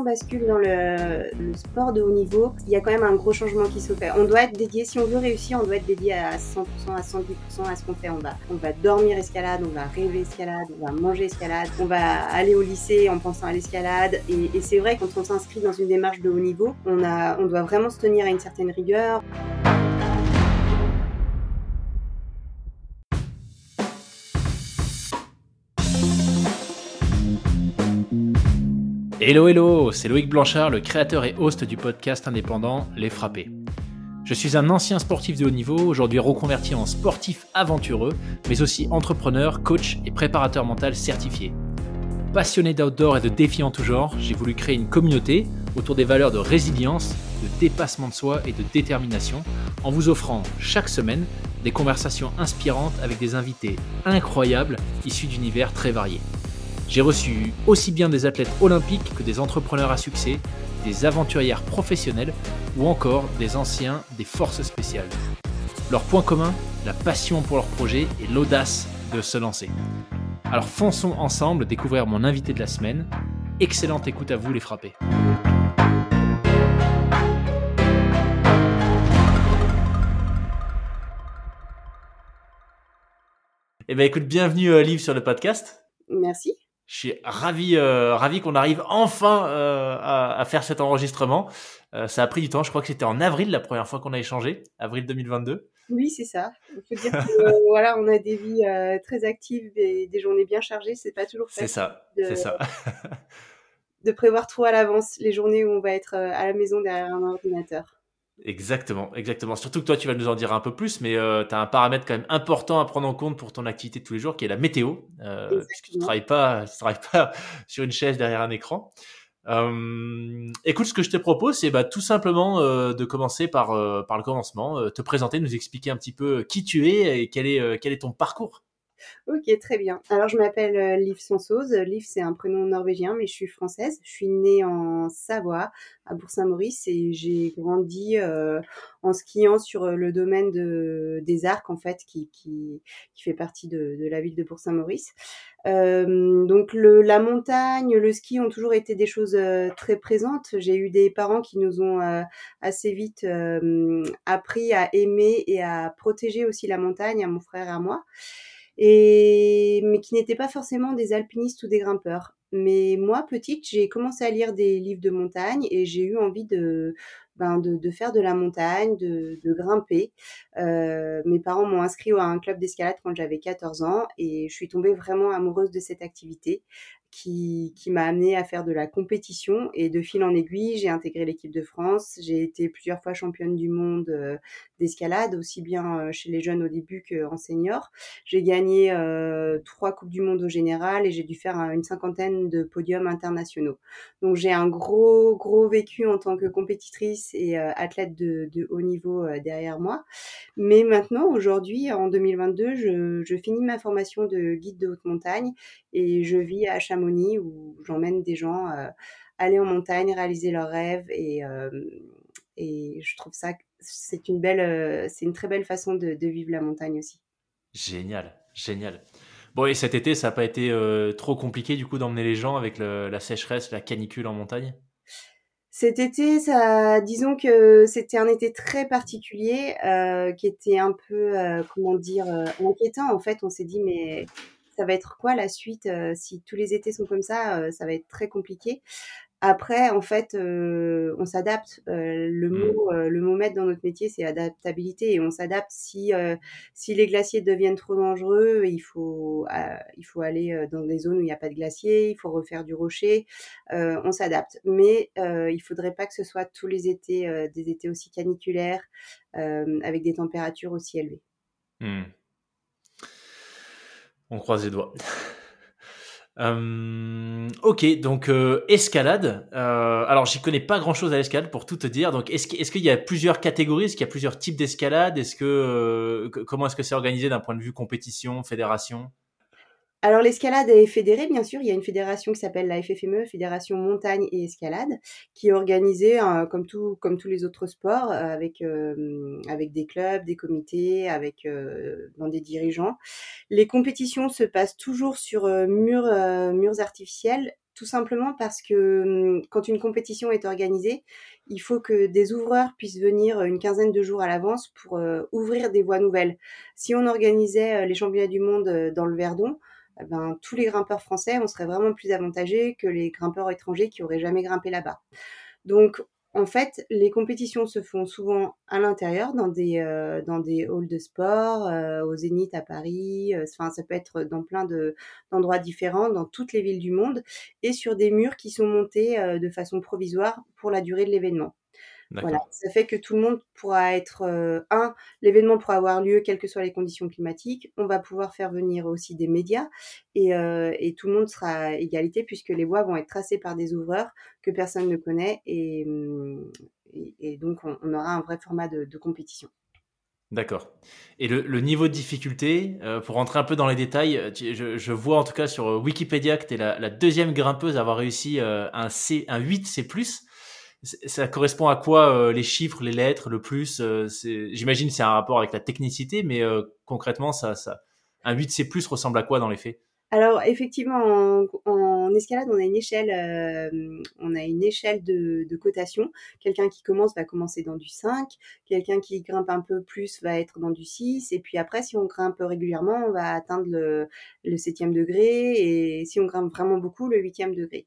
on bascule dans le sport de haut niveau, il y a quand même un gros changement qui s'opère. On doit être dédié, si on veut réussir, on doit être dédié à 100%, à 110% à ce qu'on fait. On va dormir escalade, on va rêver escalade, on va manger escalade, on va aller au lycée en pensant à l'escalade. Et c'est vrai, quand on s'inscrit dans une démarche de haut niveau, on doit vraiment se tenir à une certaine rigueur. Hello hello, c'est Loïc Blanchard, le créateur et host du podcast indépendant Les Frappés. Je suis un ancien sportif de haut niveau, aujourd'hui reconverti en sportif aventureux, mais aussi entrepreneur, coach et préparateur mental certifié. Passionné d'outdoor et de défis en tout genre, j'ai voulu créer une communauté autour des valeurs de résilience, de dépassement de soi et de détermination, en vous offrant chaque semaine des conversations inspirantes avec des invités incroyables issus d'univers très variés. J'ai reçu aussi bien des athlètes olympiques que des entrepreneurs à succès, des aventurières professionnelles ou encore des anciens des forces spéciales. Leur point commun, la passion pour leur projet et l'audace de se lancer. Alors fonçons ensemble découvrir mon invité de la semaine. Excellente écoute à vous les frappés. Eh bien écoute, bienvenue Liv sur le podcast. Merci. Je suis ravi qu'on arrive enfin à faire cet enregistrement. Ça a pris du temps, je crois que c'était en avril la première fois qu'on a échangé, avril 2022. Oui, c'est ça. Il faut dire que voilà, on a des vies très actives et des journées bien chargées. C'est pas toujours C'est facile ça. de prévoir trop à l'avance les journées où on va être à la maison derrière un ordinateur. Exactement. Surtout que toi, tu vas nous en dire un peu plus, mais tu as un paramètre quand même important à prendre en compte pour ton activité de tous les jours, qui est la météo, puisque tu travailles pas sur une chaise derrière un écran. Écoute, ce que je te propose, c'est tout simplement de commencer par le commencement, te présenter, nous expliquer un petit peu qui tu es et quel est ton parcours. Ok, très bien. Alors, je m'appelle Liv Sansoz. Liv, c'est un prénom norvégien, mais je suis française. Je suis née en Savoie, à Bourg-Saint-Maurice, et j'ai grandi en skiant sur le domaine des Arcs, en fait, qui fait partie de la ville de Bourg-Saint-Maurice. Donc, la montagne, le ski ont toujours été des choses très présentes. J'ai eu des parents qui nous ont assez vite appris à aimer et à protéger aussi la montagne, à mon frère et à moi. Mais qui n'étaient pas forcément des alpinistes ou des grimpeurs. Mais moi, petite, j'ai commencé à lire des livres de montagne et j'ai eu envie de faire de la montagne, de grimper. Mes parents m'ont inscrit à un club d'escalade quand j'avais 14 ans et je suis tombée vraiment amoureuse de cette activité qui m'a amenée à faire de la compétition. Et de fil en aiguille, j'ai intégré l'équipe de France. J'ai été plusieurs fois championne du monde d'escalade, aussi bien chez les jeunes au début qu'en senior. J'ai gagné 3 coupes du monde au général et j'ai dû faire une cinquantaine de podiums internationaux. Donc j'ai un gros vécu en tant que compétitrice et athlète de haut niveau derrière moi. Mais maintenant, aujourd'hui, en 2022, je finis ma formation de guide de haute montagne et je vis à Chamonix où j'emmène des gens aller en montagne, réaliser leurs rêves et je trouve ça c'est une très belle façon de vivre la montagne aussi. Génial. Bon, et cet été, ça n'a pas été trop compliqué du coup d'emmener les gens avec la sécheresse, la canicule en montagne? Cet été, disons que c'était un été très particulier, qui était un peu, comment dire, inquiétant. En fait, on s'est dit, mais ça va être quoi la suite si tous les étés sont comme ça va être très compliqué. Après, en fait, on s'adapte. Le mot maître dans notre métier, c'est adaptabilité et on s'adapte si les glaciers deviennent trop dangereux, il faut aller dans des zones où il n'y a pas de glaciers, il faut refaire du rocher. On s'adapte. Mais il faudrait pas que ce soit tous les étés des étés aussi caniculaires avec des températures aussi élevées. On croise les doigts. Ok, donc escalade. Alors, j'y connais pas grand-chose à l'escalade pour tout te dire. Donc, est-ce qu'il y a plusieurs catégories? Est-ce qu'il y a plusieurs types d'escalade? Comment est-ce que c'est organisé d'un point de vue compétition, fédération? Alors l'escalade est fédérée, bien sûr. Il y a une fédération qui s'appelle la FFME, Fédération Montagne et Escalade, qui est organisée comme tous les autres sports, avec des clubs, des comités, dans des dirigeants. Les compétitions se passent toujours sur murs artificiels tout simplement parce que quand une compétition est organisée, il faut que des ouvreurs puissent venir une quinzaine de jours à l'avance pour ouvrir des voies nouvelles. Si on organisait les championnats du monde dans le Verdon, eh ben, tous les grimpeurs français, on serait vraiment plus avantagés que les grimpeurs étrangers qui auraient jamais grimpé là-bas. Donc, en fait, les compétitions se font souvent à l'intérieur, dans des halls de sport, au Zénith à Paris. Enfin, ça peut être dans d'endroits différents, dans toutes les villes du monde, et sur des murs qui sont montés de façon provisoire pour la durée de l'événement. Voilà, D'accord. ça fait que tout le monde pourra être, l'événement pourra avoir lieu quelles que soient les conditions climatiques. On va pouvoir faire venir aussi des médias et tout le monde sera à égalité puisque les voies vont être tracées par des ouvreurs que personne ne connaît et donc on aura un vrai format de compétition. D'accord. Et le niveau de difficulté, pour rentrer un peu dans les détails, je vois en tout cas sur Wikipédia que tu es la deuxième grimpeuse à avoir réussi un 8C+. Ça correspond à quoi les chiffres, les lettres, le plus j'imagine que c'est un rapport avec la technicité, mais concrètement, un 8C+, ressemble à quoi dans les faits? Alors effectivement, en escalade, on a une échelle de cotation. Quelqu'un qui commence va commencer dans du 5, quelqu'un qui grimpe un peu plus va être dans du 6, et puis après, si on grimpe régulièrement, on va atteindre le 7e degré, et si on grimpe vraiment beaucoup, le 8e degré.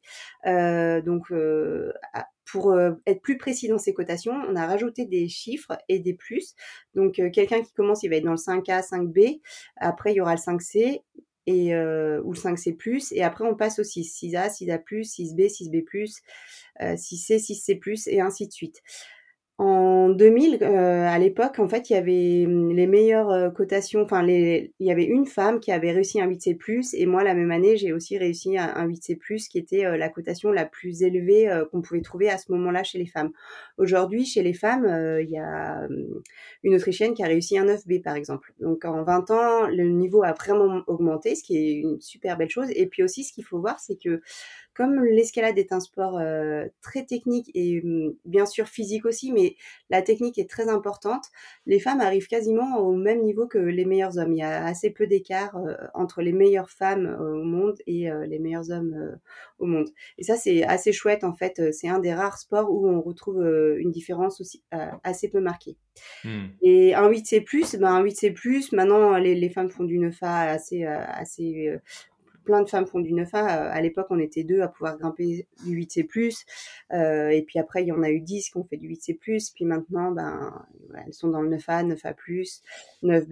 Pour être plus précis dans ces cotations, on a rajouté des chiffres et des plus. Donc quelqu'un qui commence, il va être dans le 5A, 5B. Après, il y aura le 5C ou le 5C+, et après on passe au 6, 6A, 6A+, 6B, 6B+, 6C, 6C+, et ainsi de suite. En 2000, à l'époque, en fait, il y avait les meilleures cotations. Enfin, il y avait une femme qui avait réussi un 8C+, et moi, la même année, j'ai aussi réussi un 8C+, qui était la cotation la plus élevée qu'on pouvait trouver à ce moment-là chez les femmes. Aujourd'hui, chez les femmes, il y a une Autrichienne qui a réussi un 9B, par exemple. Donc, en 20 ans, le niveau a vraiment augmenté, ce qui est une super belle chose. Et puis aussi, ce qu'il faut voir, c'est que comme l'escalade est un sport très technique et bien sûr physique aussi, mais la technique est très importante, les femmes arrivent quasiment au même niveau que les meilleurs hommes. Il y a assez peu d'écart entre les meilleures femmes au monde et les meilleurs hommes au monde. Et ça, c'est assez chouette en fait. C'est un des rares sports où on retrouve une différence aussi assez peu marquée. Hmm. Et un 8C+, un 8C+, maintenant les femmes font du 9A assez plein de femmes font du 9A. À l'époque, on était 2 à pouvoir grimper du 8C+. Et puis après, il y en a eu 10 qui ont fait du 8C+. Puis maintenant, elles sont dans le 9A, 9A+, 9B.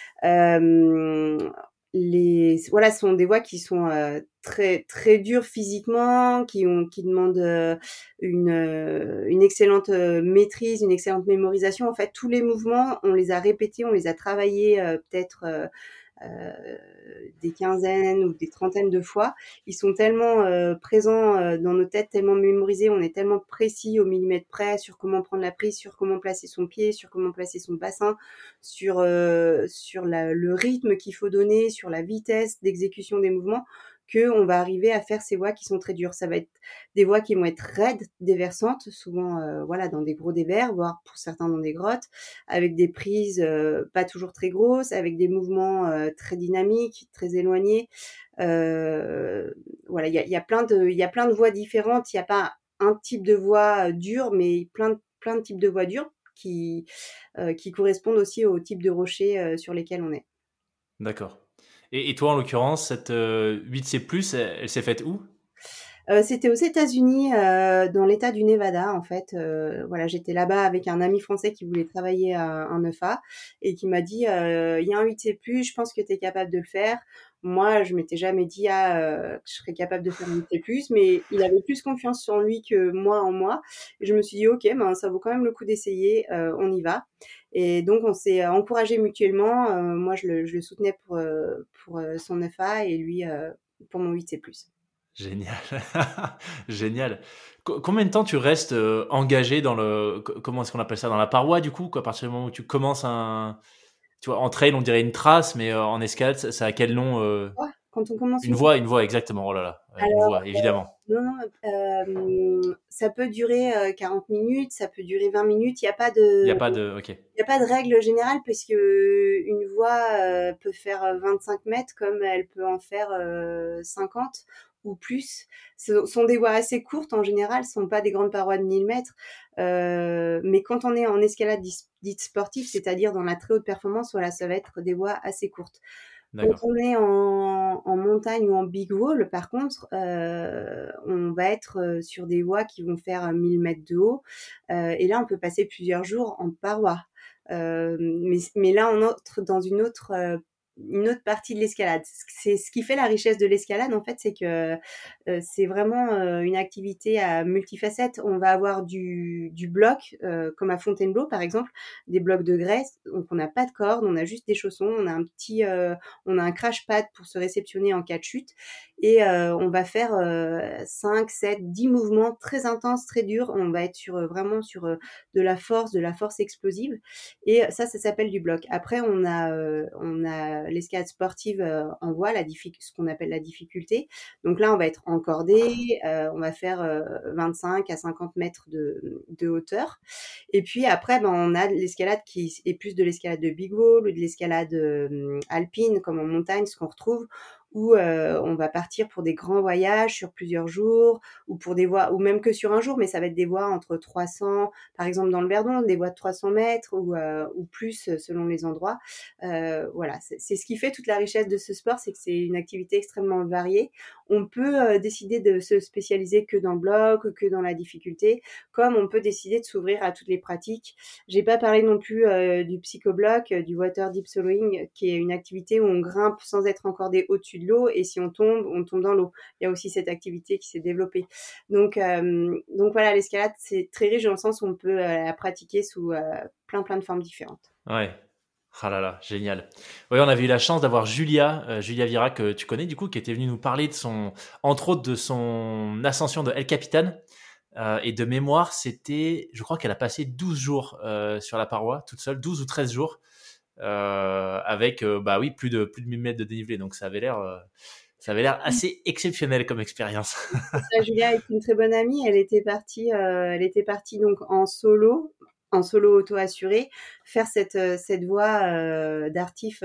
Voilà, ce sont des voies qui sont très très dures physiquement, qui demandent une excellente maîtrise, une excellente mémorisation. En fait, tous les mouvements, on les a répétés, on les a travaillés peut-être des quinzaines ou des trentaines de fois. Ils sont tellement présents dans nos têtes, tellement mémorisés, on est tellement précis au millimètre près sur comment prendre la prise, sur comment placer son pied, sur comment placer son bassin, sur le rythme qu'il faut donner, sur la vitesse d'exécution des mouvements, qu'on va arriver à faire ces voies qui sont très dures. Ça va être des voies qui vont être raides, déversantes, souvent voilà, dans des gros dévers, voire pour certains dans des grottes, avec des prises pas toujours très grosses, avec des mouvements très dynamiques, très éloignés. Voilà, il y a plein de voies différentes. Il n'y a pas un type de voie dure, mais plein de types de voies dures qui correspondent aussi au type de rocher sur lesquels on est. D'accord. Et toi, en l'occurrence, cette 8C+, elle s'est faite où? C'était aux États-Unis, dans l'État du Nevada, en fait. Voilà, j'étais là-bas avec un ami français qui voulait travailler un 9A et qui m'a dit, il y a un 8C+, je pense que tu es capable de le faire. Moi, je m'étais jamais dit que je serais capable de faire un 8C+, mais il avait plus confiance en lui que moi en moi. Et je me suis dit, ok, ben ça vaut quand même le coup d'essayer, on y va. Et donc on s'est encouragés mutuellement. Moi, je le soutenais pour son 9A et lui pour mon 8C+. Génial. Génial. Combien de temps tu restes engagé dans comment est-ce qu'on appelle ça, dans la paroi du coup, quoi, à partir du moment où tu commences tu vois, en trail on dirait une trace, mais en escalade ça a quel nom? Quand on commence Une voie exactement. Oh là là, ouais, une alors, voie évidemment. non, non, ça peut durer 40 minutes, ça peut durer 20 minutes. Il y a pas de, ok. Il y a pas de règle générale parce que une voie peut faire 25 mètres comme elle peut en faire 50. ou plus. Ce sont des voies assez courtes en général, ce sont pas des grandes parois de 1000 mètres. Mais quand on est en escalade dite sportive, c'est-à-dire dans la très haute performance, voilà, ça va être des voies assez courtes. Quand D'accord. on est en montagne ou en big wall, par contre, on va être sur des voies qui vont faire 1000 mètres de haut. Et là, on peut passer plusieurs jours en paroi. Mais là, on entre dans une autre partie de l'escalade. C'est ce qui fait la richesse de l'escalade, en fait, c'est que c'est vraiment une activité à multifacettes. On va avoir du bloc, comme à Fontainebleau, par exemple, des blocs de graisse. Donc, on n'a pas de corde, on a juste des chaussons, on a un crash pad pour se réceptionner en cas de chute. Et on va faire 5, 7, 10 mouvements très intenses, très durs. On va être vraiment sur de la force explosive. Et ça s'appelle du bloc. Après, on a l'escalade sportive en voie, ce qu'on appelle la difficulté. Donc là, on va être encordé, on va faire 25 à 50 mètres de hauteur. Et puis après, ben, on a l'escalade qui est plus de l'escalade de big wall ou de l'escalade alpine, comme en montagne, ce qu'on retrouve, où on va partir pour des grands voyages sur plusieurs jours, ou pour des voies, ou même que sur un jour, mais ça va être des voies entre 300, par exemple dans le Verdon, des voies de 300 mètres ou plus selon les endroits. Voilà, c'est ce qui fait toute la richesse de ce sport, c'est que c'est une activité extrêmement variée. On peut décider de se spécialiser que dans le bloc, que dans la difficulté, comme on peut décider de s'ouvrir à toutes les pratiques. J'ai pas parlé non plus du psychobloc, du water deep soloing, qui est une activité où on grimpe sans être encordé au-dessus de l'eau, et si on tombe dans l'eau. Il y a aussi cette activité qui s'est développée. Donc voilà, l'escalade, c'est très riche dans le sens où on peut la pratiquer sous plein de formes différentes. Ouais. Ah là là, génial. Oui, on avait eu la chance d'avoir Julia Vira, que tu connais du coup, qui était venue nous parler entre autres de son ascension de El Capitan. Et de mémoire, je crois qu'elle a passé 12 jours sur la paroi, toute seule, 12 ou 13 jours, avec, bah oui, plus de 1000 mètres de dénivelé. Donc ça avait l'air assez exceptionnel comme expérience. Ça, Julia est une très bonne amie. Elle était partie donc en solo auto-assuré, faire cette voie d'artif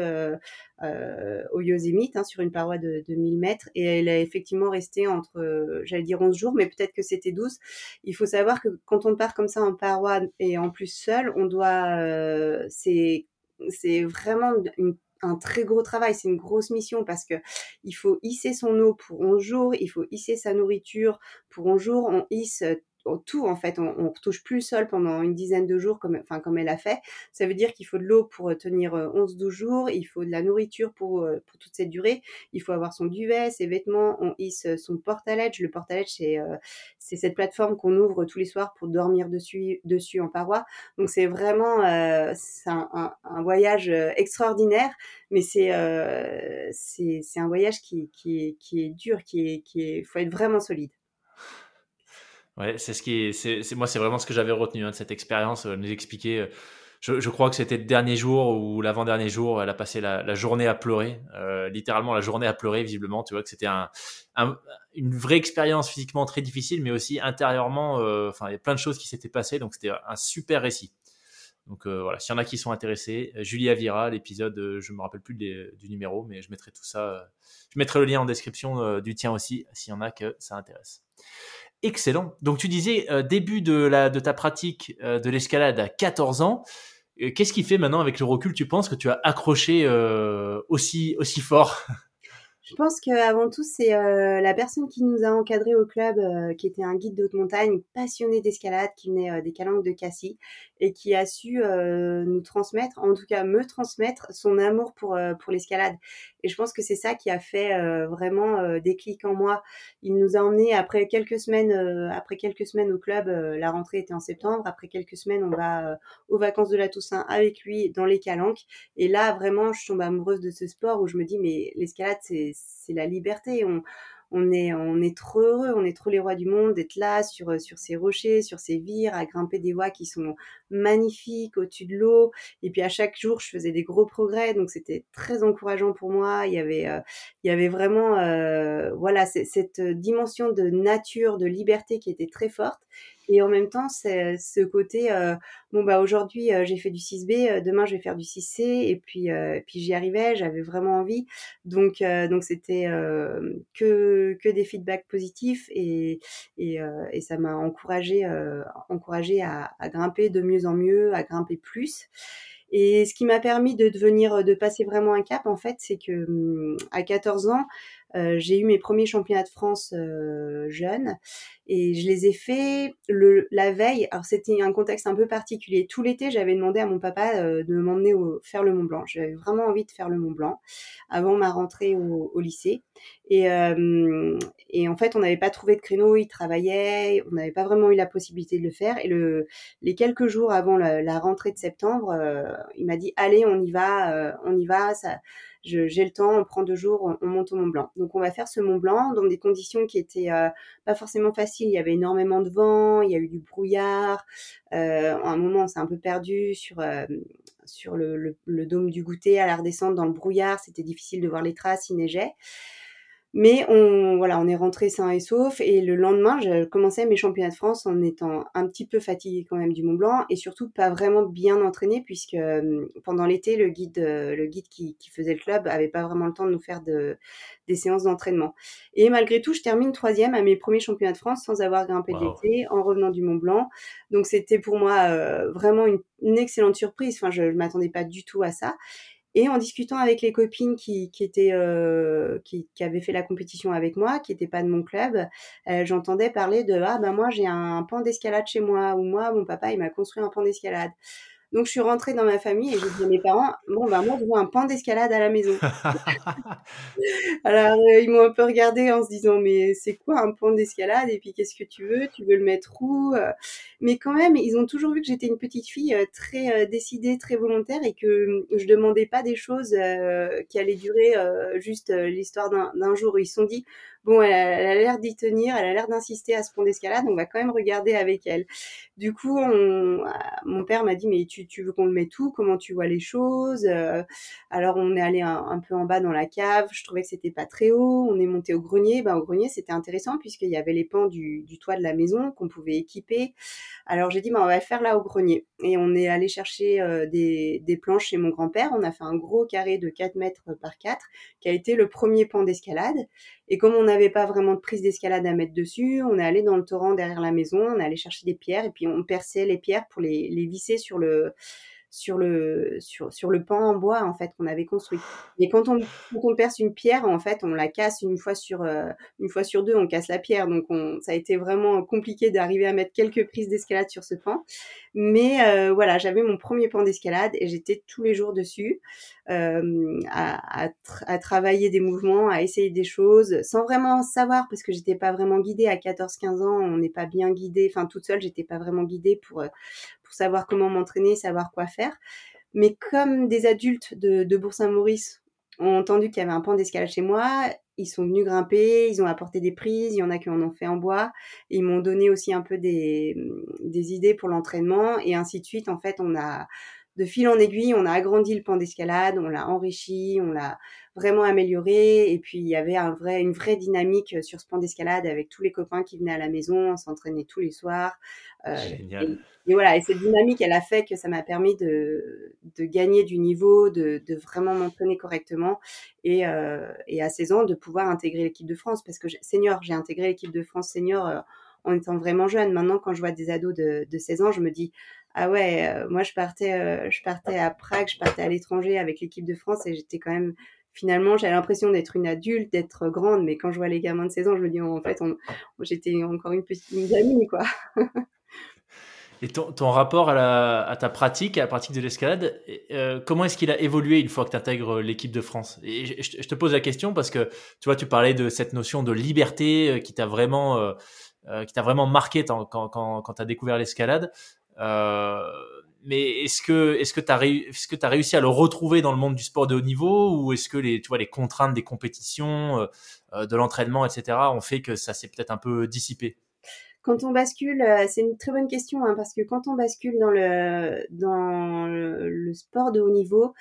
au Yosemite, hein, sur une paroi de 1000 mètres. Et elle a effectivement resté entre, j'allais dire 11 jours, mais peut-être que c'était 12. Il faut savoir que quand on part comme ça en paroi et en plus seul, c'est vraiment un très gros travail, c'est une grosse mission parce que il faut hisser son eau pour 11 jours, il faut hisser sa nourriture pour 11 jours, on hisse tout en fait, on retouche plus le sol pendant une dizaine de jours comme elle a fait. Ça veut dire qu'il faut de l'eau pour tenir 11-12 jours, il faut de la nourriture pour toute cette durée, il faut avoir son duvet, ses vêtements, on hisse son porte-à-ledge. Le porte-à-ledge, c'est cette plateforme qu'on ouvre tous les soirs pour dormir dessus en paroi. Donc c'est vraiment c'est un voyage extraordinaire, mais c'est un voyage qui est dur, faut être vraiment solide. Ouais, moi, c'est vraiment ce que j'avais retenu, hein, de cette expérience. Elle nous expliquait, je crois que c'était le dernier jour ou l'avant-dernier jour, elle a passé la journée à pleurer, littéralement la journée à pleurer, visiblement. Tu vois que c'était une vraie expérience physiquement très difficile, mais aussi intérieurement, enfin, il y a plein de choses qui s'étaient passées, donc c'était un super récit. Donc voilà, s'il y en a qui sont intéressés, Julia Vira, l'épisode, je me rappelle plus du numéro, mais je mettrai tout ça, je mettrai le lien en description du tien aussi, s'il y en a que ça intéresse. Excellent. Donc tu disais début de ta pratique de l'escalade à 14 ans. Qu'est-ce qui fait maintenant, avec le recul, tu penses que tu as accroché aussi fort? Je pense qu'avant tout, c'est la personne qui nous a encadrés au club, qui était un guide de haute montagne, passionné d'escalade, qui venait des Calanques de Cassis et qui a su nous transmettre, en tout cas me transmettre, son amour pour l'escalade. Et je pense que c'est ça qui a fait vraiment déclic en moi. Il nous a emmenés après quelques semaines au club. La rentrée était en septembre. Après quelques semaines, on va aux vacances de la Toussaint avec lui dans les Calanques. Et là, vraiment, je tombe amoureuse de ce sport où je me dis, mais l'escalade, c'est la liberté. On est trop heureux, on est trop les rois du monde d'être là sur ces rochers, sur ces vires, à grimper des voies qui sont magnifiques au-dessus de l'eau. Et puis à chaque jour, je faisais des gros progrès, donc c'était très encourageant pour moi. Il y avait vraiment, voilà, cette dimension de nature, de liberté qui était très forte. Et en même temps, c'est ce côté, bon, bah, aujourd'hui, j'ai fait du 6B, demain, je vais faire du 6C et puis j'y arrivais, j'avais vraiment envie. Donc c'était, que des feedbacks positifs et ça m'a encouragée à grimper de mieux en mieux, à grimper plus. Et ce qui m'a permis de passer vraiment un cap, en fait, c'est que, à 14 ans, j'ai eu mes premiers championnats de France, jeunes et je les ai faits la veille. Alors c'était un contexte un peu particulier. Tout l'été, j'avais demandé à mon papa de m'emmener faire le Mont Blanc. J'avais vraiment envie de faire le Mont Blanc avant ma rentrée au lycée. Et, euh, et en fait, on n'avait pas trouvé de créneau, il travaillait, on n'avait pas vraiment eu la possibilité de le faire. Et les quelques jours avant la rentrée de septembre, il m'a dit allez, on y va. J'ai le temps, on prend 2 jours, on monte au Mont Blanc. Donc on va faire ce Mont Blanc dans des conditions qui étaient pas forcément faciles. Il y avait énormément de vent, il y a eu du brouillard. À un moment, on s'est un peu perdu sur le dôme du Goûter à la redescente dans le brouillard. C'était difficile de voir les traces, il neigeait. Mais on est rentré sain et sauf. Et le lendemain, je commençais mes championnats de France en étant un petit peu fatiguée quand même du Mont Blanc et surtout pas vraiment bien entraînée puisque pendant l'été, le guide qui faisait le club avait pas vraiment le temps de nous faire des séances d'entraînement. Et malgré tout, je termine troisième à mes premiers championnats de France sans avoir grimpé de Waouh. l'été en revenant du Mont Blanc. Donc c'était pour moi vraiment une excellente surprise. Enfin, je m'attendais pas du tout à ça. Et en discutant avec les copines qui avaient fait la compétition avec moi, qui n'étaient pas de mon club, j'entendais parler de ah ben moi j'ai un pan d'escalade chez moi ou moi mon papa il m'a construit un pan d'escalade. Donc je suis rentrée dans ma famille et j'ai dit à mes parents bon ben moi je veux un pan d'escalade à la maison. Alors, ils m'ont un peu regardée en se disant: «Mais c'est quoi un pan d'escalade? Et puis qu'est-ce que tu veux? Tu veux le mettre où?» Mais quand même, ils ont toujours vu que j'étais une petite fille, très, décidée, très volontaire et que, je demandais pas des choses, qui allaient durer, juste, l'histoire d'un jour. Ils se sont dit: «Bon, elle a l'air d'y tenir, elle a l'air d'insister à ce pont d'escalade, on va quand même regarder avec elle». Du coup, mon père m'a dit: «Mais tu veux qu'on le mette où? Comment tu vois les choses?» Alors on est allé un peu en bas dans la cave, je trouvais que c'était pas très haut, on est monté au grenier, au grenier c'était intéressant puisqu'il y avait les pans du toit de la maison qu'on pouvait équiper. Alors j'ai dit on va le faire là au grenier et on est allé chercher des planches chez mon grand-père, on a fait un gros carré de 4 mètres par 4 qui a été le premier pan d'escalade et comme on n'avait pas vraiment de prise d'escalade à mettre dessus, on est allé dans le torrent derrière la maison, on est allé chercher des pierres et puis on perçait les pierres pour les visser sur le pan en bois en fait qu'on avait construit. Et quand on perce une pierre, en fait, on la casse une fois sur deux, on casse la pierre. Donc ça a été vraiment compliqué d'arriver à mettre quelques prises d'escalade sur ce pan. Mais voilà, j'avais mon premier pan d'escalade et j'étais tous les jours dessus à travailler des mouvements, à essayer des choses sans vraiment savoir parce que j'étais pas vraiment guidée à 14-15 ans, on n'est pas bien guidée. Enfin, toute seule, j'étais pas vraiment guidée pour savoir comment m'entraîner, savoir quoi faire. Mais comme des adultes de Bourg-Saint-Maurice ont entendu qu'il y avait un pan d'escalade chez moi, ils sont venus grimper, ils ont apporté des prises, il y en a qui en ont fait en bois, et ils m'ont donné aussi un peu des idées pour l'entraînement, et ainsi de suite. En fait, de fil en aiguille, on a agrandi le pan d'escalade, on l'a enrichi, on l'a vraiment amélioré, et puis il y avait une vraie dynamique sur ce pan d'escalade avec tous les copains qui venaient à la maison, on s'entraînait tous les soirs. Génial. Et voilà, et cette dynamique, elle a fait que ça m'a permis de gagner du niveau, de vraiment m'entraîner correctement et à 16 ans de pouvoir intégrer l'équipe de France parce que senior, j'ai intégré l'équipe de France senior en étant vraiment jeune. Maintenant, quand je vois des ados de 16 ans, je me dis ah ouais, moi je partais à Prague, je partais à l'étranger avec l'équipe de France et j'étais quand même finalement, j'avais l'impression d'être une adulte, d'être grande, mais quand je vois les gamins de 16 ans, je me dis en fait, j'étais encore une gamine quoi. Et ton rapport à ta pratique, à la pratique de l'escalade, comment est-ce qu'il a évolué une fois que tu intègres l'équipe de France? Et je te pose la question parce que tu vois, tu parlais de cette notion de liberté qui t'a vraiment marqué quand tu as découvert l'escalade. Euh, mais est-ce que tu as réussi à le retrouver dans le monde du sport de haut niveau ou est-ce que tu vois, les contraintes des compétitions, de l'entraînement, etc., ont fait que ça s'est peut-être un peu dissipé? Quand on bascule, c'est une très bonne question, hein, parce que quand on bascule dans le sport de haut niveau,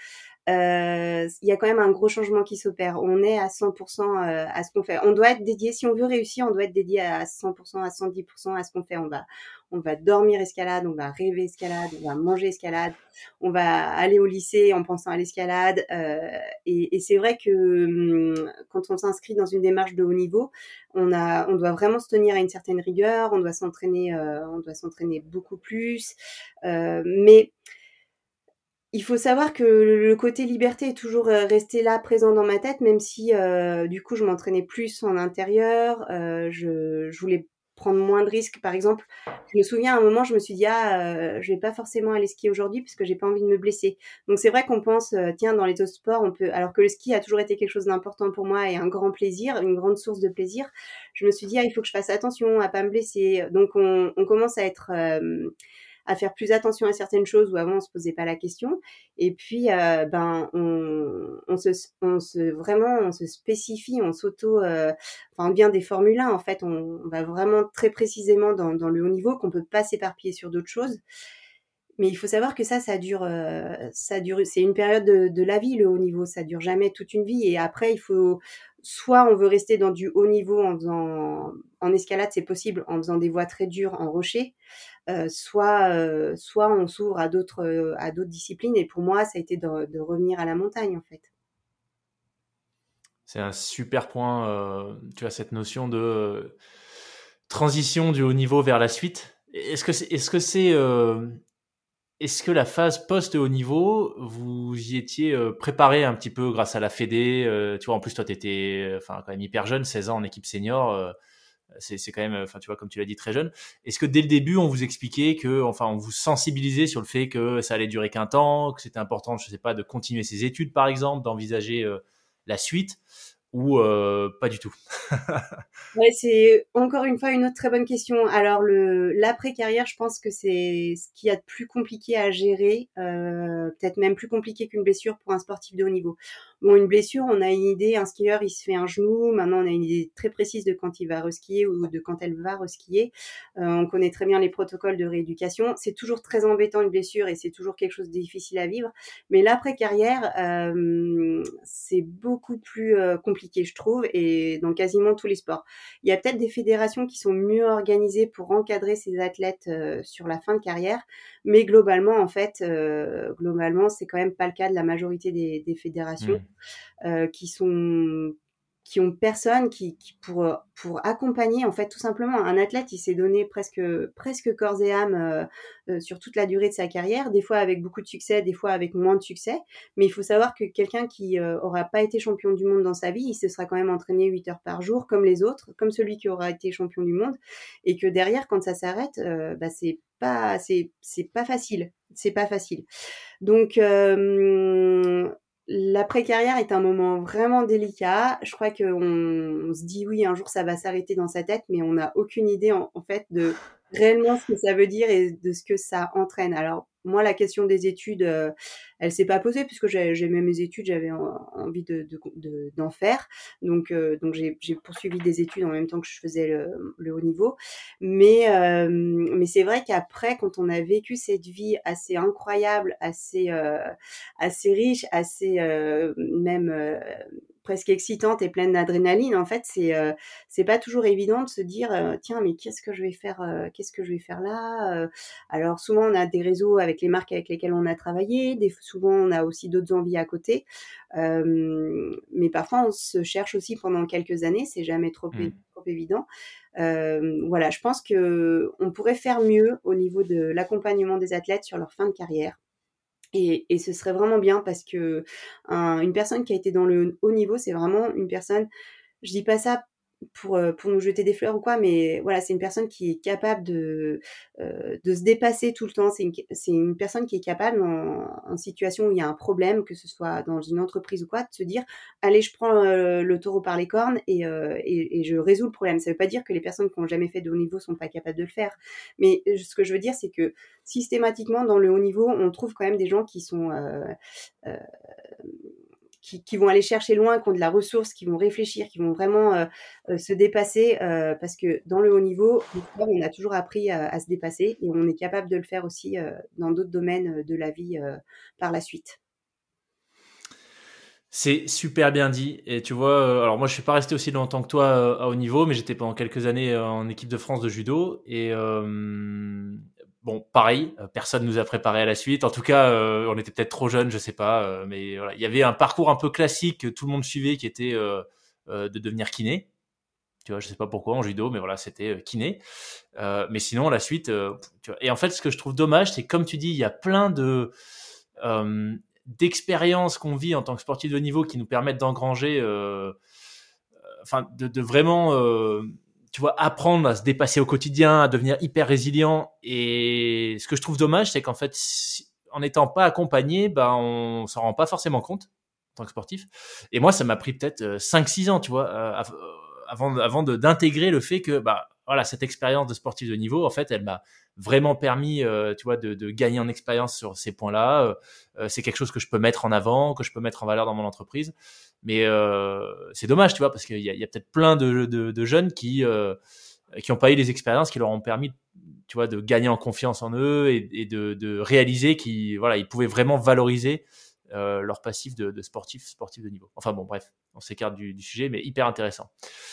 il y a quand même un gros changement qui s'opère. On est à 100% à ce qu'on fait. On doit être dédié, si on veut réussir, on doit être dédié à 100%, à 110% à ce qu'on fait. On va dormir escalade, on va rêver escalade, on va manger escalade, on va aller au lycée en pensant à l'escalade. Et c'est vrai que quand on s'inscrit dans une démarche de haut niveau, on doit vraiment se tenir à une certaine rigueur, on doit s'entraîner beaucoup plus. Mais il faut savoir que le côté liberté est toujours resté là, présent dans ma tête, même si du coup je m'entraînais plus en intérieur, je voulais prendre moins de risques. Par exemple, je me souviens à un moment, je me suis dit je vais pas forcément aller skier aujourd'hui parce que j'ai pas envie de me blesser. Donc c'est vrai qu'on pense tiens dans les autres sports on peut, alors que le ski a toujours été quelque chose d'important pour moi et un grand plaisir, une grande source de plaisir. Je me suis dit il faut que je fasse attention à pas me blesser. Donc on commence à faire plus attention à certaines choses où avant on se posait pas la question. Et puis on se spécifie, on devient des Formule 1 en fait. On va vraiment très précisément dans le haut niveau, qu'on peut pas s'éparpiller sur d'autres choses. Mais il faut savoir que ça dure, c'est une période de la vie, le haut niveau, ça dure jamais toute une vie. Et après, soit on veut rester dans du haut niveau en escalade, c'est possible, en faisant des voies très dures en rocher, soit on s'ouvre à d'autres disciplines. Et pour moi, ça a été de revenir à la montagne, en fait. C'est un super point, tu as cette notion de transition du haut niveau vers la suite. Est-ce que la phase post-haut niveau, vous y étiez préparé un petit peu grâce à la Fédé, tu vois, en plus toi, tu étais quand même hyper jeune, 16 ans en équipe senior, c'est quand même, tu vois, comme tu l'as dit, très jeune. Est-ce que dès le début, on vous expliquait on vous sensibilisait sur le fait que ça allait durer qu'un temps, que c'était important, je sais pas, de continuer ses études, par exemple, d'envisager la suite, ou pas du tout? Ouais, c'est encore une fois une autre très bonne question. Alors l'après-carrière, je pense que c'est ce qu'il y a de plus compliqué à gérer, peut-être même plus compliqué qu'une blessure pour un sportif de haut niveau. Bon, une blessure, on a une idée, un skieur, il se fait un genou, maintenant on a une idée très précise de quand il va reskier ou de quand elle va reskier. On connaît très bien les protocoles de rééducation. C'est toujours très embêtant une blessure et c'est toujours quelque chose de difficile à vivre. Mais l'après-carrière, c'est beaucoup plus compliqué, je trouve, et dans quasiment tous les sports. Il y a peut-être des fédérations qui sont mieux organisées pour encadrer ces athlètes sur la fin de carrière, mais globalement, en fait, c'est quand même pas le cas de la majorité des fédérations Hmm. qui sont qui ont personne pour accompagner en fait tout simplement un athlète. Il s'est donné presque corps et âme sur toute la durée de sa carrière, des fois avec beaucoup de succès, des fois avec moins de succès. Mais il faut savoir que quelqu'un qui aura pas été champion du monde dans sa vie, il se sera quand même entraîné 8 heures par jour comme les autres, comme celui qui aura été champion du monde, et que derrière quand ça s'arrête, c'est pas facile, c'est pas facile. Donc, l'après-carrière est un moment vraiment délicat. Je crois qu'on se dit oui, un jour ça va s'arrêter dans sa tête, mais on n'a aucune idée en fait de réellement ce que ça veut dire et de ce que ça entraîne. Alors moi, la question des études, elle s'est pas posée puisque j'aimais mes études, j'avais envie d'en faire. Donc j'ai poursuivi des études en même temps que je faisais le haut niveau. Mais c'est vrai qu'après, quand on a vécu cette vie assez incroyable, assez riche, assez même presque excitante et pleine d'adrénaline, en fait, c'est pas toujours évident de se dire tiens, mais qu'est-ce que je vais faire là Alors souvent on a des réseaux avec les marques avec lesquelles on a travaillé, souvent on a aussi d'autres envies à côté, mais parfois on se cherche aussi pendant quelques années, c'est jamais Hmm. trop évident. Voilà, je pense que on pourrait faire mieux au niveau de l'accompagnement des athlètes sur leur fin de carrière. Et ce serait vraiment bien parce que une personne qui a été dans le haut niveau, c'est vraiment une personne, je dis pas ça pour nous jeter des fleurs ou quoi, mais voilà, c'est une personne qui est capable de se dépasser tout le temps. C'est une personne qui est capable, en situation où il y a un problème, que ce soit dans une entreprise ou quoi, de se dire, allez, je prends le taureau par les cornes et je résous le problème. Ça veut pas dire que les personnes qui n'ont jamais fait de haut niveau sont pas capables de le faire. Mais ce que je veux dire, c'est que systématiquement, dans le haut niveau, on trouve quand même des gens qui sont euh, qui vont aller chercher loin, qui ont de la ressource, qui vont réfléchir, qui vont vraiment se dépasser, parce que dans le haut niveau, on a toujours appris à se dépasser et on est capable de le faire aussi dans d'autres domaines de la vie par la suite. C'est super bien dit. Et tu vois, alors moi je suis pas resté aussi longtemps que toi à haut niveau, mais j'étais pendant quelques années en équipe de France de judo. Et bon, pareil, personne nous a préparé à la suite. En tout cas, on était peut-être trop jeunes, je sais pas. Mais voilà, il y avait un parcours un peu classique que tout le monde suivait, qui était de devenir kiné. Tu vois, je sais pas pourquoi en judo, mais voilà, c'était kiné. Mais sinon, la suite, tu vois. Et en fait, ce que je trouve dommage, c'est que comme tu dis, il y a plein de euh, d'expériences qu'on vit en tant que sportif de haut niveau qui nous permettent d'engranger, enfin, de vraiment, tu vois, apprendre à se dépasser au quotidien, à devenir hyper résilient. Et ce que je trouve dommage, c'est qu'en fait, en n'étant pas accompagné, ben, on s'en rend pas forcément compte en tant que sportif. Et moi, ça m'a pris peut-être 5-6 ans, tu vois, avant d'intégrer le fait que, bah, voilà, cette expérience de sportif de niveau, en fait, elle m'a vraiment permis, tu vois, de gagner en expérience sur ces points-là. C'est quelque chose que je peux mettre en avant, que je peux mettre en valeur dans mon entreprise. Mais c'est dommage, tu vois, parce qu'il y a peut-être plein de jeunes qui ont pas eu les expériences qui leur ont permis, tu vois, de gagner en confiance en eux et de réaliser qu'ils, voilà, ils pouvaient vraiment valoriser leur passif de sportif de niveau. Enfin bon, bref, on s'écarte du sujet, mais hyper intéressant.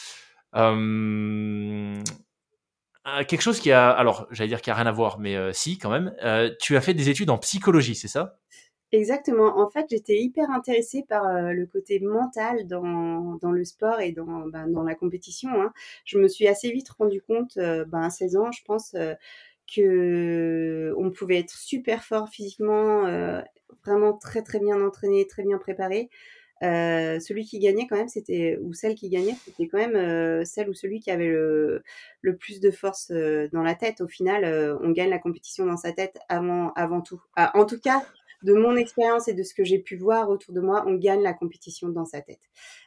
Quelque chose qui a, alors j'allais dire qui a rien à voir, mais si quand même. Tu as fait des études en psychologie, c'est ça? Exactement. En fait, j'étais hyper intéressée par le côté mental dans le sport et dans la compétition, hein. Je me suis assez vite rendu compte, à 16 ans, je pense, que on pouvait être super fort physiquement, vraiment très très bien entraîné, très bien préparé. Celui qui gagnait quand même, c'était ou celle qui gagnait, c'était quand même celle ou celui qui avait le plus de force dans la tête. Au final, on gagne la compétition dans sa tête avant tout. Ah, en tout cas, de mon expérience et de ce que j'ai pu voir autour de moi, on gagne la compétition dans sa tête.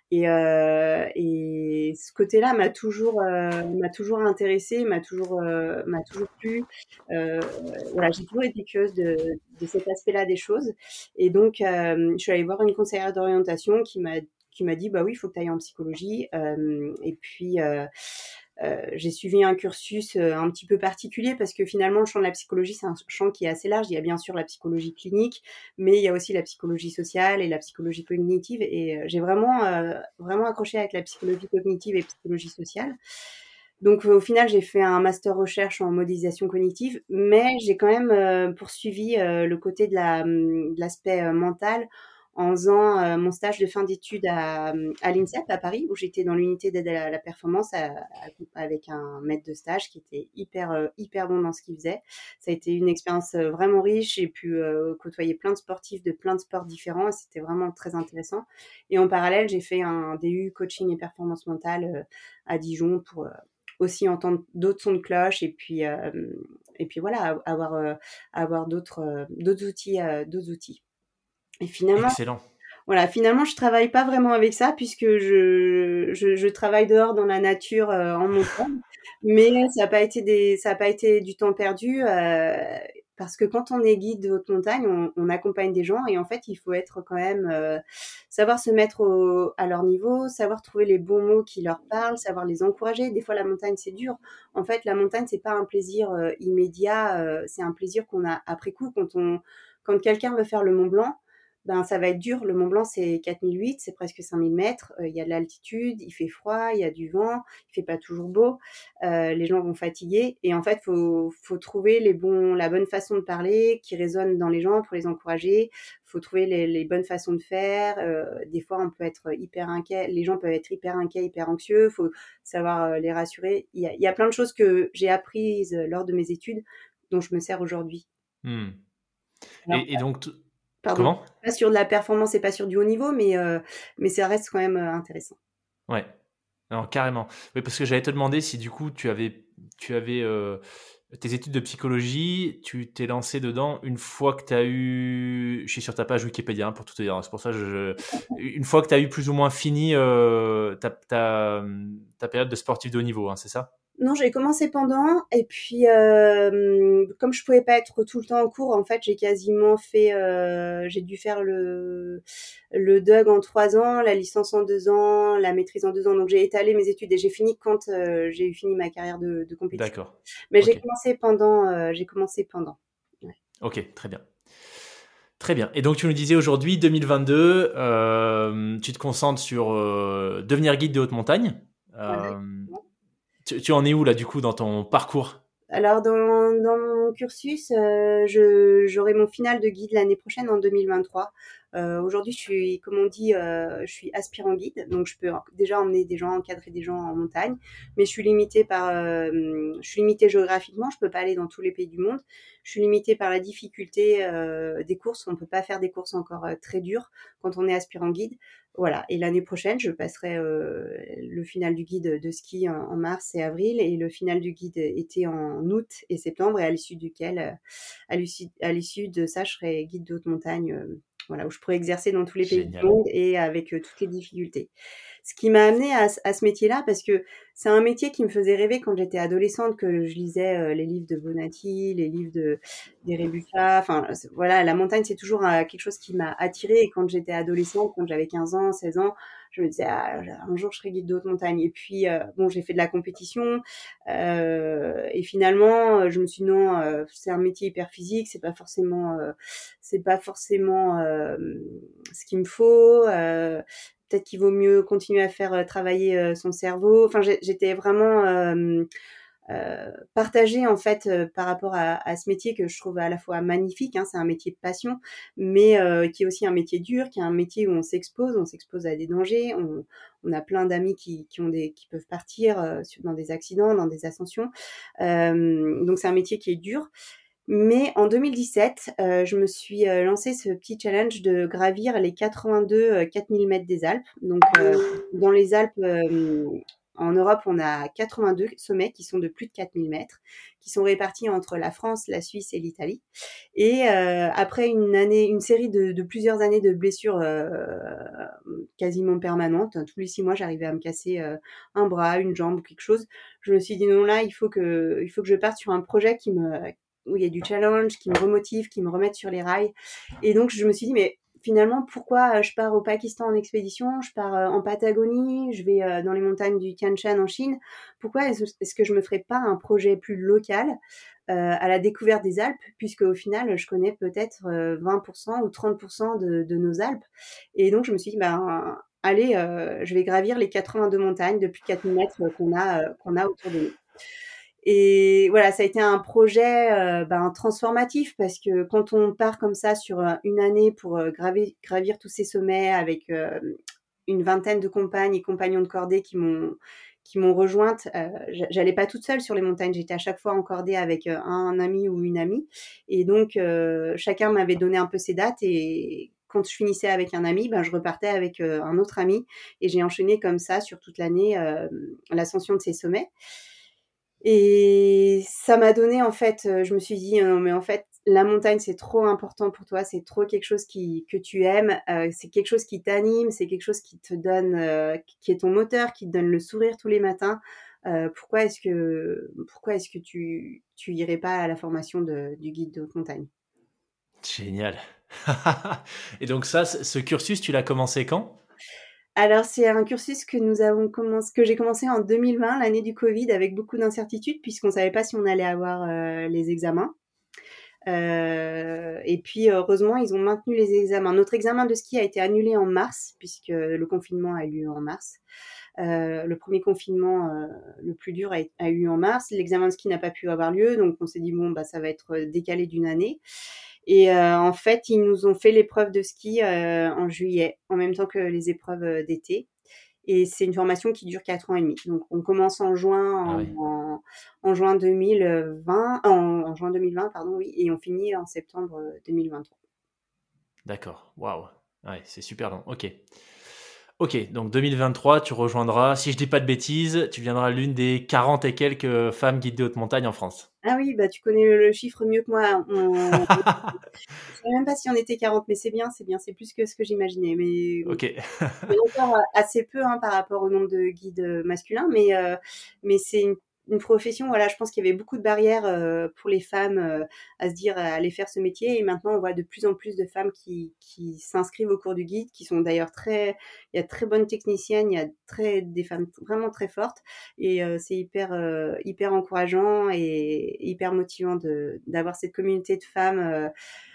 Et ce côté-là m'a toujours intéressée, m'a toujours plu. Voilà, j'ai toujours été curieuse de cet aspect-là des choses. Et donc, je suis allée voir une conseillère d'orientation qui m'a dit, bah oui, il faut que tu ailles en psychologie. Et puis, j'ai suivi un cursus un petit peu particulier parce que finalement, le champ de la psychologie, c'est un champ qui est assez large. Il y a bien sûr la psychologie clinique, mais il y a aussi la psychologie sociale et la psychologie cognitive. Et j'ai vraiment accroché avec la psychologie cognitive et psychologie sociale. Donc, au final, j'ai fait un master recherche en modélisation cognitive, mais j'ai quand même poursuivi le côté de l'aspect mental en faisant mon stage de fin d'études à l'INSEP à Paris, où j'étais dans l'unité d'aide à la performance avec un maître de stage qui était hyper bon dans ce qu'il faisait. Ça a été une expérience vraiment riche. J'ai pu côtoyer plein de sportifs de plein de sports différents et c'était vraiment très intéressant. Et en parallèle, j'ai fait un DU coaching et performance mentale à Dijon pour aussi entendre d'autres sons de cloche et puis voilà, avoir d'autres outils, d'autres outils. Et Excellent. finalement, je travaille pas vraiment avec ça puisque je travaille dehors dans la nature en montagne, mais ça a pas été du temps perdu parce que quand on est guide de haute montagne, on accompagne des gens et en fait, il faut être quand même savoir se mettre à leur niveau, savoir trouver les bons mots qui leur parlent, savoir les encourager. Des fois, la montagne c'est dur. En fait, la montagne c'est pas un plaisir immédiat, c'est un plaisir qu'on a après coup quand quelqu'un veut faire le Mont Blanc. Ben, ça va être dur. Le Mont Blanc, c'est 4008, c'est presque 5000 mètres. Il y a de l'altitude, il fait froid, il y a du vent, il fait pas toujours beau. Les gens vont fatiguer. Et en fait, faut trouver la bonne façon de parler qui résonne dans les gens pour les encourager. Faut trouver les bonnes façons de faire. Des fois, on peut être hyper inquiet. Les gens peuvent être hyper inquiets, hyper anxieux. Faut savoir les rassurer. Il y a plein de choses que j'ai apprises lors de mes études dont je me sers aujourd'hui. Hmm. Alors, Et donc, pardon, comment? pas sur de la performance et pas sur du haut niveau, mais ça reste quand même intéressant. Ouais. Non, carrément. Oui, parce que j'allais te demander si du coup tu avais tes études de psychologie, tu t'es lancé dedans une fois que tu as eu, je suis sur ta page Wikipédia hein, pour tout te dire, hein, c'est pour ça une fois que tu as eu plus ou moins fini ta période de sportif de haut niveau, hein, c'est ça? Non, j'ai commencé pendant, et puis comme je pouvais pas être tout le temps en cours, en fait, j'ai dû faire le DUG en 3 ans, la licence en 2 ans, la maîtrise en 2 ans. Donc j'ai étalé mes études et j'ai fini quand j'ai eu fini ma carrière de compétition. D'accord. Mais Ok. j'ai commencé pendant. Ouais. Ok, très bien. Très bien. Et donc, tu nous disais aujourd'hui, 2022, tu te concentres sur devenir guide de haute montagne. Voilà. Euh, tu en es où là, du coup, dans ton parcours? Alors dans mon cursus, j'aurai mon final de guide l'année prochaine en 2023. Aujourd'hui, je suis, comme on dit, je suis aspirant guide, donc je peux déjà emmener des gens, encadrer des gens en montagne, mais je suis limitée géographiquement. Je peux pas aller dans tous les pays du monde. Je suis limitée par la difficulté des courses. On peut pas faire des courses encore très dures quand on est aspirant guide. Voilà. Et l'année prochaine, je passerai le final du guide de ski en mars et avril et le final du guide été en août et septembre et à l'issue duquel, à l'issue de ça, je serai guide de haute montagne, voilà, où je pourrais exercer dans tous les pays du Génial. monde et avec toutes les difficultés. Ce qui m'a amené à ce métier-là, parce que c'est un métier qui me faisait rêver quand j'étais adolescente, que je lisais les livres de Bonatti, les livres des Buffat. Enfin, voilà, la montagne, c'est toujours quelque chose qui m'a attirée. Et quand j'étais adolescente, quand j'avais 15 ans, 16 ans, je me disais, ah, un jour, je serai guide de haute montagne. Et puis, bon, j'ai fait de la compétition. Et finalement, je me suis dit, non, c'est un métier hyper physique, c'est pas forcément ce qu'il me faut. Peut-être qu'il vaut mieux continuer à faire travailler son cerveau. Enfin, j'étais vraiment partagée en fait par rapport à ce métier que je trouve à la fois magnifique, hein, c'est un métier de passion, mais qui est aussi un métier dur, qui est un métier où on s'expose à des dangers, on a plein d'amis qui peuvent partir dans des accidents, dans des ascensions. Donc c'est un métier qui est dur. Mais en 2017, je me suis lancé ce petit challenge de gravir les 82 4000 mètres des Alpes. Donc, dans les Alpes, en Europe, on a 82 sommets qui sont de plus de 4000 mètres, qui sont répartis entre la France, la Suisse et l'Italie. Et après une série de plusieurs années de blessures quasiment permanentes, tous les 6 mois, j'arrivais à me casser un bras, une jambe ou quelque chose. Je me suis dit non, là, il faut que je parte sur un projet où il y a du challenge, qui me remotive, qui me remette sur les rails. Et donc, je me suis dit, mais finalement, pourquoi je pars au Pakistan en expédition, je pars en Patagonie, je vais dans les montagnes du Tian Shan en Chine. Pourquoi est-ce que je me ferais pas un projet plus local à la découverte des Alpes, puisque au final, je connais peut-être 20% ou 30% de nos Alpes. Et donc, je me suis dit, ben, allez, je vais gravir les 82 montagnes depuis 4000 mètres qu'on a autour de nous. Et voilà, ça a été un projet transformatif parce que quand on part comme ça sur une année pour gravir tous ces sommets avec une vingtaine de compagnes et compagnons de cordée qui m'ont rejointe. J'allais pas toute seule sur les montagnes, j'étais à chaque fois en cordée avec un ami ou une amie. Et donc, chacun m'avait donné un peu ses dates et quand je finissais avec un ami, ben, je repartais avec un autre ami et j'ai enchaîné comme ça sur toute l'année l'ascension de ces sommets. Et ça m'a donné, en fait, je me suis dit, non, mais en fait, la montagne, c'est trop important pour toi, c'est trop quelque chose que tu aimes, c'est quelque chose qui t'anime, c'est quelque chose qui te donne, qui est ton moteur, qui te donne le sourire tous les matins. Pourquoi est-ce que tu irais pas à la formation du guide de haute montagne? Génial. Et donc ça, ce cursus, tu l'as commencé quand? Alors, c'est un cursus que j'ai commencé en 2020, l'année du Covid, avec beaucoup d'incertitudes, puisqu'on savait pas si on allait avoir les examens. Et puis heureusement, ils ont maintenu les examens. Notre examen de ski a été annulé en mars, puisque le confinement a eu lieu en mars. Le premier confinement le plus dur a eu lieu en mars. L'examen de ski n'a pas pu avoir lieu, donc on s'est dit bon bah ça va être décalé d'une année. Et en fait, ils nous ont fait l'épreuve de ski en juillet, en même temps que les épreuves d'été. Et c'est une formation qui dure 4 ans et demi. Donc, on commence Ah oui, en juin 2020, en juin 2020, pardon, oui, et on finit en septembre 2023. d'accord. Waouh. Ouais, c'est super long. Ok. Ok, donc 2023, tu rejoindras, si je dis pas de bêtises, tu viendras l'une des 40 et quelques femmes guidées haute montagne en France. Ah oui, bah, tu connais le chiffre mieux que moi. Je sais même pas si on était 40, mais c'est bien, c'est plus que ce que j'imaginais. Mais Ok. c'est encore assez peu hein, par rapport au nombre de guides masculins, mais c'est une profession, voilà, je pense qu'il y avait beaucoup de barrières pour les femmes à se dire, à aller faire ce métier. Et maintenant, on voit de plus en plus de femmes qui s'inscrivent au cours du guide, qui sont d'ailleurs il y a de très bonnes techniciennes, il y a des femmes vraiment très fortes. Et c'est hyper encourageant et hyper motivant d'avoir cette communauté de femmes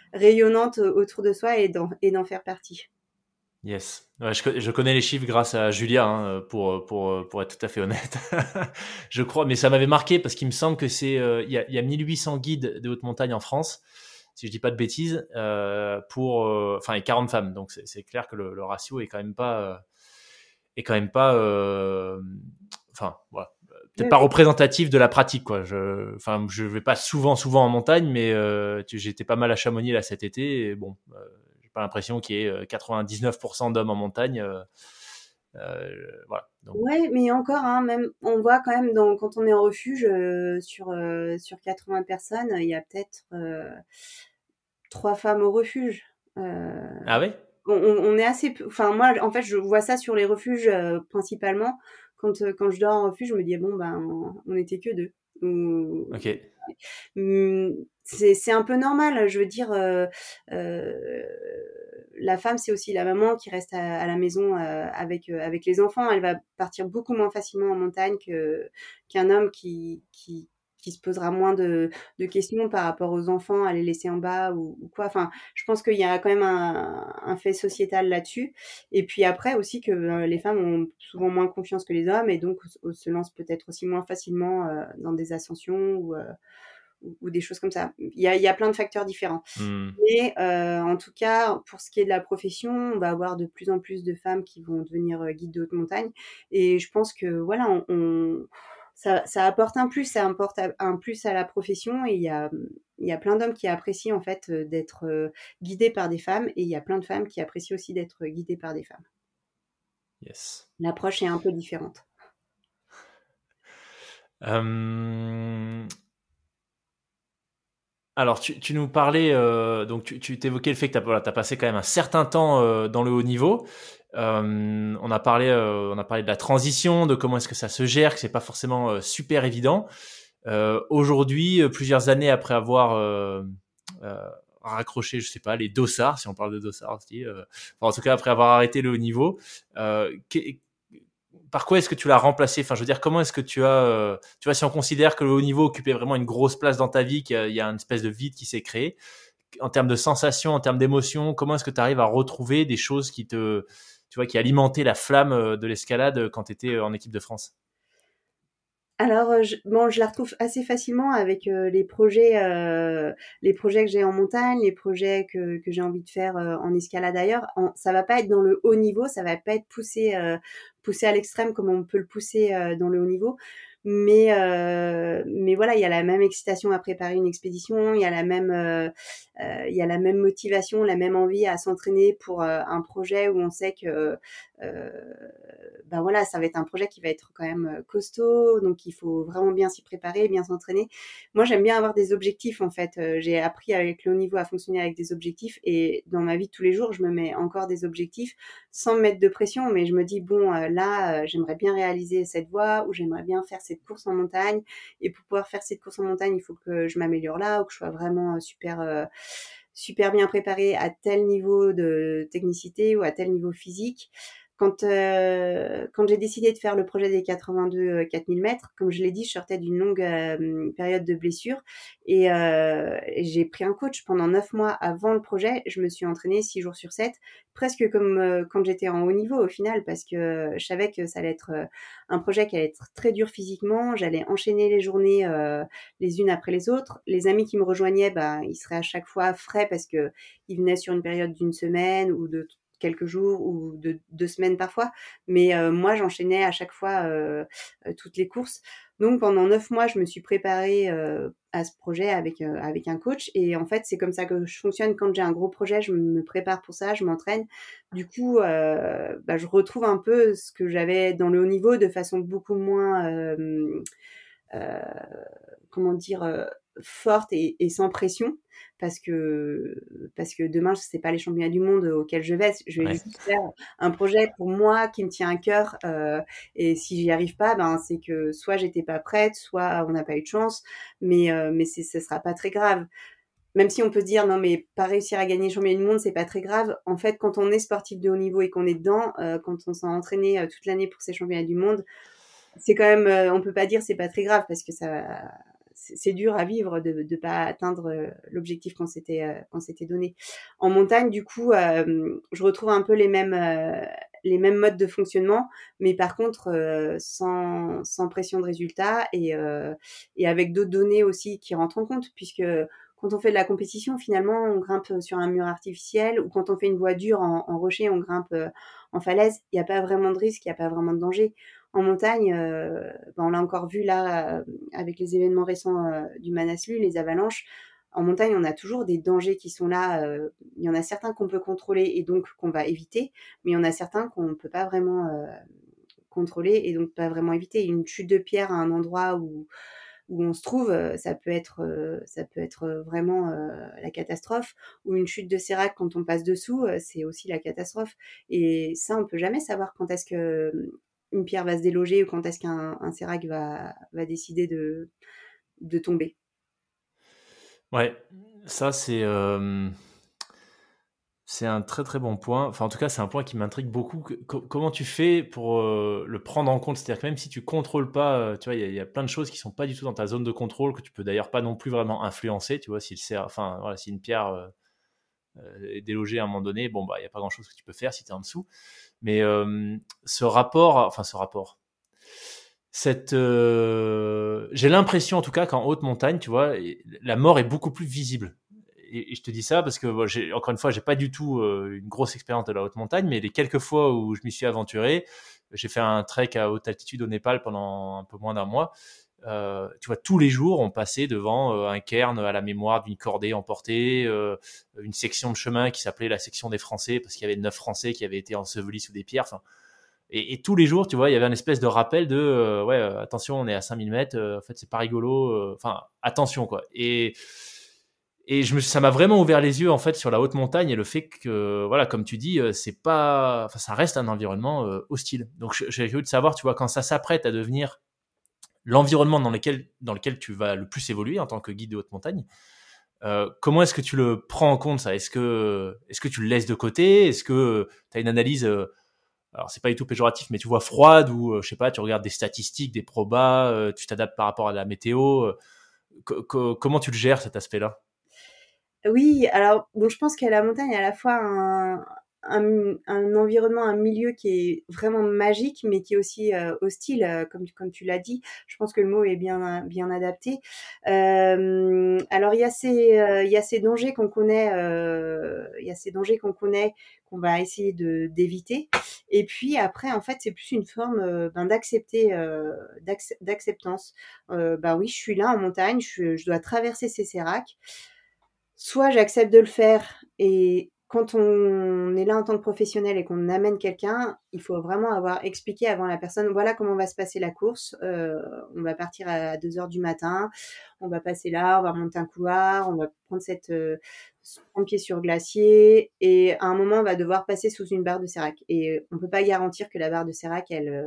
rayonnante autour de soi et d'en faire partie. Yes. Ouais, je connais les chiffres grâce à Julia, hein, pour être tout à fait honnête. Je crois, mais ça m'avait marqué parce qu'il me semble que il y a 1800 guides de haute montagne en France, si je dis pas de bêtises, enfin, et 40 femmes. Donc, c'est clair que le ratio est quand même pas, enfin, voilà. Peut-être Oui, pas oui. représentatif de la pratique, quoi. Enfin, je vais pas souvent en montagne, mais j'étais pas mal à Chamonix là cet été. Et bon, j'ai pas l'impression qu'il y ait 99% d'hommes en montagne. Voilà. Donc, Ouais, mais encore, hein, même, on voit quand même quand on est en refuge, sur 80 personnes, il y a peut-être 3 femmes au refuge. ah ouais? On est assez peu, enfin, moi, en fait, je vois ça sur les refuges principalement. Quand je dors en refuge, je me dis, bon, ben, on était que deux. Ok. Mmh, c'est un peu normal. Je veux dire, heu, la femme, c'est aussi la maman qui reste à la maison, avec les enfants. Elle va partir beaucoup moins facilement en montagne qu'un homme qui se posera moins de questions par rapport aux enfants, à les laisser en bas ou quoi. Enfin, je pense qu'il y a quand même un fait sociétal là-dessus. Et puis après aussi que, les femmes ont souvent moins confiance que les hommes et donc se lancent peut-être aussi moins facilement, dans des ascensions ou des choses comme ça. Il y a plein de facteurs différents. Hmm. Mais en tout cas, pour ce qui est de la profession, on va avoir de plus en plus de femmes qui vont devenir guides de haute montagne. Et je pense que voilà, ça apporte un plus, ça apporte un plus à la profession. Et il y a plein d'hommes qui apprécient en fait d'être guidés par des femmes, et il y a plein de femmes qui apprécient aussi d'être guidées par des femmes. Yes. L'approche est un peu différente. Euh, Alors, tu nous parlais, donc tu t'évoquais le fait que t'as passé quand même un certain temps dans le haut niveau. On a parlé de la transition, de comment est-ce que ça se gère, que c'est pas forcément super évident. Aujourd'hui, plusieurs années après avoir euh, raccroché, je sais pas, les dossards, si on parle de dossards aussi, enfin, en tout cas après avoir arrêté le haut niveau, euh, qu'est- par quoi est-ce que tu l'as remplacé? Enfin, je veux dire, comment est-ce que tu vois, si on considère que le haut niveau occupait vraiment une grosse place dans ta vie, qu'il y a une espèce de vide qui s'est créé, en termes de sensations, en termes d'émotions, comment est-ce que tu arrives à retrouver des choses tu vois, qui alimentaient la flamme de l'escalade quand tu étais en équipe de France? Alors, bon, je la retrouve assez facilement avec les projets que j'ai en montagne, les projets que j'ai envie de faire en escalade ailleurs. Ça va pas être dans le haut niveau, ça va pas être poussé à l'extrême comme on peut le pousser dans le haut niveau. Mais voilà, il y a la même excitation à préparer une expédition, il y a la même motivation, la même envie à s'entraîner pour un projet où on sait que euh, ben voilà, ça va être un projet qui va être quand même costaud, donc il faut vraiment bien s'y préparer, bien s'entraîner. Moi, j'aime bien avoir des objectifs en fait. J'ai appris avec le haut niveau à fonctionner avec des objectifs, et dans ma vie de tous les jours, je me mets encore des objectifs sans me mettre de pression, mais je me dis bon, là, j'aimerais bien réaliser cette voie, ou j'aimerais bien faire cette course en montagne, et pour pouvoir faire cette course en montagne, il faut que je m'améliore là, ou que je sois vraiment super bien préparée à tel niveau de technicité ou à tel niveau physique. Quand j'ai décidé de faire le projet des 82 4000 mètres, comme je l'ai dit, je sortais d'une longue période de blessure, et j'ai pris un coach pendant 9 mois avant le projet. Je me suis entraînée 6 jours sur 7, presque comme quand j'étais en haut niveau au final, parce que je savais que ça allait être un projet qui allait être très dur physiquement. J'allais enchaîner les journées les unes après les autres. Les amis qui me rejoignaient, bah, ils seraient à chaque fois frais parce que ils venaient sur une période d'une semaine ou de quelques jours ou de 2 semaines parfois. Mais moi, j'enchaînais à chaque fois toutes les courses. Donc pendant 9 mois, je me suis préparée à ce projet avec un coach. Et en fait, c'est comme ça que je fonctionne. Quand j'ai un gros projet, je me prépare pour ça, je m'entraîne. Du coup, bah, je retrouve un peu ce que j'avais dans le haut niveau de façon beaucoup moins euh, comment dire, forte et sans pression, parce que demain, c'est pas les championnats du monde auxquels je vais Ouais. juste faire un projet pour moi qui me tient à cœur, et si j'y arrive pas, ben c'est que soit j'étais pas prête, soit on n'a pas eu de chance, mais ce sera pas très grave. Même si on peut se dire non, mais pas réussir à gagner le championnat du monde, c'est pas très grave. En fait, quand on est sportif de haut niveau et qu'on est dedans, quand on s'est entraîné toute l'année pour ces championnats du monde, c'est quand même, on peut pas dire c'est pas très grave, parce que c'est dur à vivre de pas atteindre l'objectif qu'on s'était donné. En montagne, du coup, je retrouve un peu les mêmes modes de fonctionnement, mais par contre sans pression de résultat et avec d'autres données aussi qui rentrent en compte, puisque quand on fait de la compétition, finalement, on grimpe sur un mur artificiel, ou quand on fait une voie dure en rocher, on grimpe en falaise. Il n'y a pas vraiment de risque, il n'y a pas vraiment de danger. En montagne, on l'a encore vu là avec les événements récents du Manaslu, les avalanches. En montagne, on a toujours des dangers qui sont là. Il y en a certains qu'on peut contrôler et donc qu'on va éviter, mais il y en a certains qu'on ne peut pas vraiment contrôler et donc pas vraiment éviter. Une chute de pierre à un endroit où on se trouve, ça peut être vraiment la catastrophe. Ou une chute de sérac quand on passe dessous, c'est aussi la catastrophe. Et ça, on peut jamais savoir quand est-ce que une pierre va se déloger ou quand est-ce qu'un sérac va décider de tomber. Ouais, ça c'est un très très bon point. Enfin, en tout cas, c'est un point qui m'intrigue beaucoup. Comment tu fais pour le prendre en compte? C'est-à-dire que même si tu contrôles pas, tu vois, il y a plein de choses qui sont pas du tout dans ta zone de contrôle, que tu peux d'ailleurs pas non plus vraiment influencer. Tu vois, enfin, voilà, si une pierre est délogée à un moment donné, bon, bah, il y a pas grand-chose que tu peux faire si tu es en dessous. Mais ce rapport, j'ai l'impression en tout cas qu'en haute montagne, tu vois, la mort est beaucoup plus visible. Et je te dis ça parce que bon, encore une fois, j'ai pas du tout une grosse expérience de la haute montagne, mais les quelques fois où je m'y suis aventuré, j'ai fait un trek à haute altitude au Népal pendant un peu moins d'un mois. Tu vois, tous les jours, on passait devant un cairn à la mémoire d'une cordée emportée, une section de chemin qui s'appelait la section des Français parce qu'il y avait 9 Français qui avaient été ensevelis sous des pierres. Enfin, et tous les jours, tu vois, il y avait un espèce de rappel de attention, on est à 5000 mètres, en fait, c'est pas rigolo, enfin, attention, quoi. Et ça m'a vraiment ouvert les yeux, en fait, sur la haute montagne et le fait que, voilà, comme tu dis, c'est pas, enfin, ça reste un environnement hostile. Donc, j'ai curieux de savoir, tu vois, quand ça s'apprête à devenir l'environnement dans lequel tu vas le plus évoluer en tant que guide de haute montagne, comment est-ce que tu le prends en compte, ça? Est-ce que tu le laisses de côté? Est-ce que tu as une analyse alors c'est pas du tout péjoratif, mais tu vois froide ou je sais pas, tu regardes des statistiques, des probas, tu t'adaptes par rapport à la météo. Comment tu le gères cet aspect-là? Oui, alors bon, je pense qu'à la montagne, il y a à la fois un environnement, un milieu qui est vraiment magique, mais qui est aussi hostile, comme tu l'as dit. Je pense que le mot est bien adapté. Alors il y a ces dangers qu'on connaît, il y a ces dangers qu'on connaît qu'on va essayer d'éviter. Et puis après, en fait, c'est plus une forme d'acceptance. Oui, je suis là en montagne, je dois traverser ces séracs. Soit j'accepte de le faire et quand on est là en tant que professionnel et qu'on amène quelqu'un, il faut vraiment avoir expliqué avant la personne, voilà comment va se passer la course. On va partir à 2 heures du matin, on va passer là, on va remonter un couloir, on va prendre prendre pied sur glacier et à un moment on va devoir passer sous une barre de sérac. Et on peut pas garantir que la barre de sérac,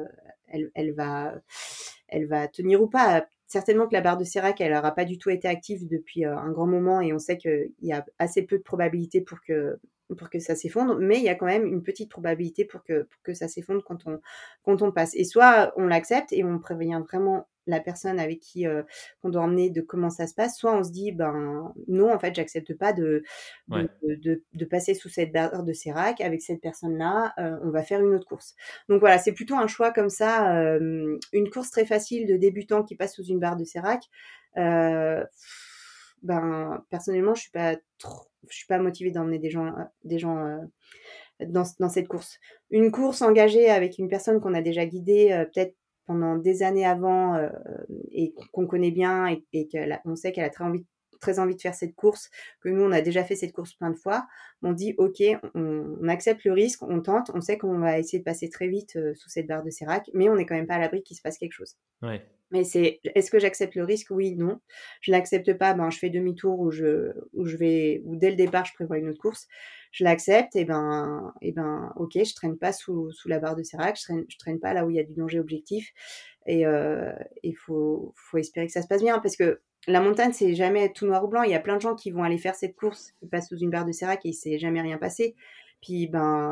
elle va tenir ou pas. Certainement que la barre de sérac, elle n'aura pas du tout été active depuis un grand moment et on sait qu'il y a assez peu de probabilité pour que ça s'effondre, mais il y a quand même une petite probabilité pour que ça s'effondre quand on passe. Et soit on l'accepte et on prévient vraiment la personne avec qui qu'on doit emmener de comment ça se passe, soit on se dit ben non, en fait j'accepte pas Ouais, de passer sous cette barre de sérac avec cette personne-là, on va faire une autre course. Donc voilà, c'est plutôt un choix comme ça, une course très facile de débutant qui passe sous une barre de sérac. Euh, Personnellement, je suis pas motivée d'emmener des gens dans cette course. Une course engagée avec une personne qu'on a déjà guidée peut-être pendant des années avant et qu'on connaît bien et on sait qu'elle a très envie de faire cette course, que nous on a déjà fait cette course plein de fois, on dit ok, on accepte le risque, on tente, on sait qu'on va essayer de passer très vite sous cette barre de sérac, mais on n'est quand même pas à l'abri qu'il se passe quelque chose. ouais, Mais est-ce que j'accepte le risque? Oui, non. Je l'accepte pas, je fais demi-tour ou dès le départ, je prévois une autre course. Je l'accepte, ok, je traîne pas sous la barre de sérac, je traîne pas là où il y a du danger objectif. Et il faut espérer que ça se passe bien parce que la montagne, c'est jamais tout noir ou blanc. Il y a plein de gens qui vont aller faire cette course, qui passent sous une barre de sérac et il s'est jamais rien passé. Puis,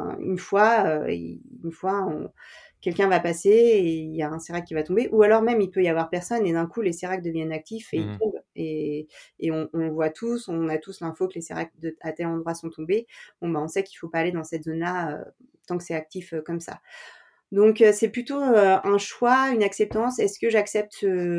une fois, quelqu'un va passer et il y a un sérac qui va tomber, ou alors même il peut y avoir personne et d'un coup les séracs deviennent actifs et ils mhm, tombent. et on le voit tous, on a tous l'info que les séracs à tel endroit sont tombés. Bon, on sait qu'il faut pas aller dans cette zone-là tant que c'est actif comme ça. Donc c'est plutôt un choix, une acceptance. Est-ce que j'accepte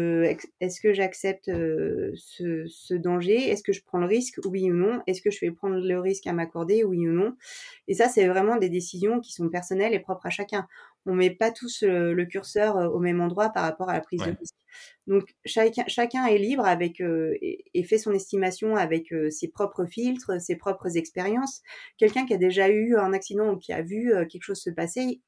ce danger? Est-ce que je prends le risque? Oui ou non? Est-ce que je vais prendre le risque à m'accorder? Oui ou non? Et ça, c'est vraiment des décisions qui sont personnelles et propres à chacun. On met pas tous le curseur au même endroit par rapport à la prise de risque. Donc chacun est libre et fait son estimation avec ses propres filtres, ses propres expériences. Quelqu'un qui a déjà eu un accident ou qui a vu quelque chose se passer,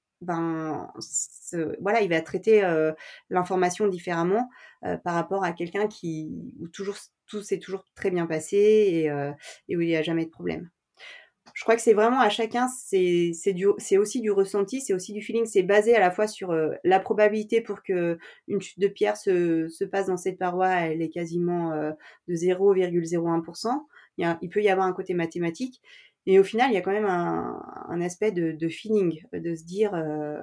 voilà, il va traiter l'information différemment par rapport à quelqu'un où tout s'est toujours très bien passé et où il n'y a jamais de problème. Je crois que c'est vraiment à chacun, c'est aussi du ressenti, c'est aussi du feeling, c'est basé à la fois sur la probabilité pour que une chute de pierre se passe dans cette paroi, elle est quasiment de 0,01%. Il peut y avoir un côté mathématique, et au final, il y a quand même un aspect de feeling, de se dire,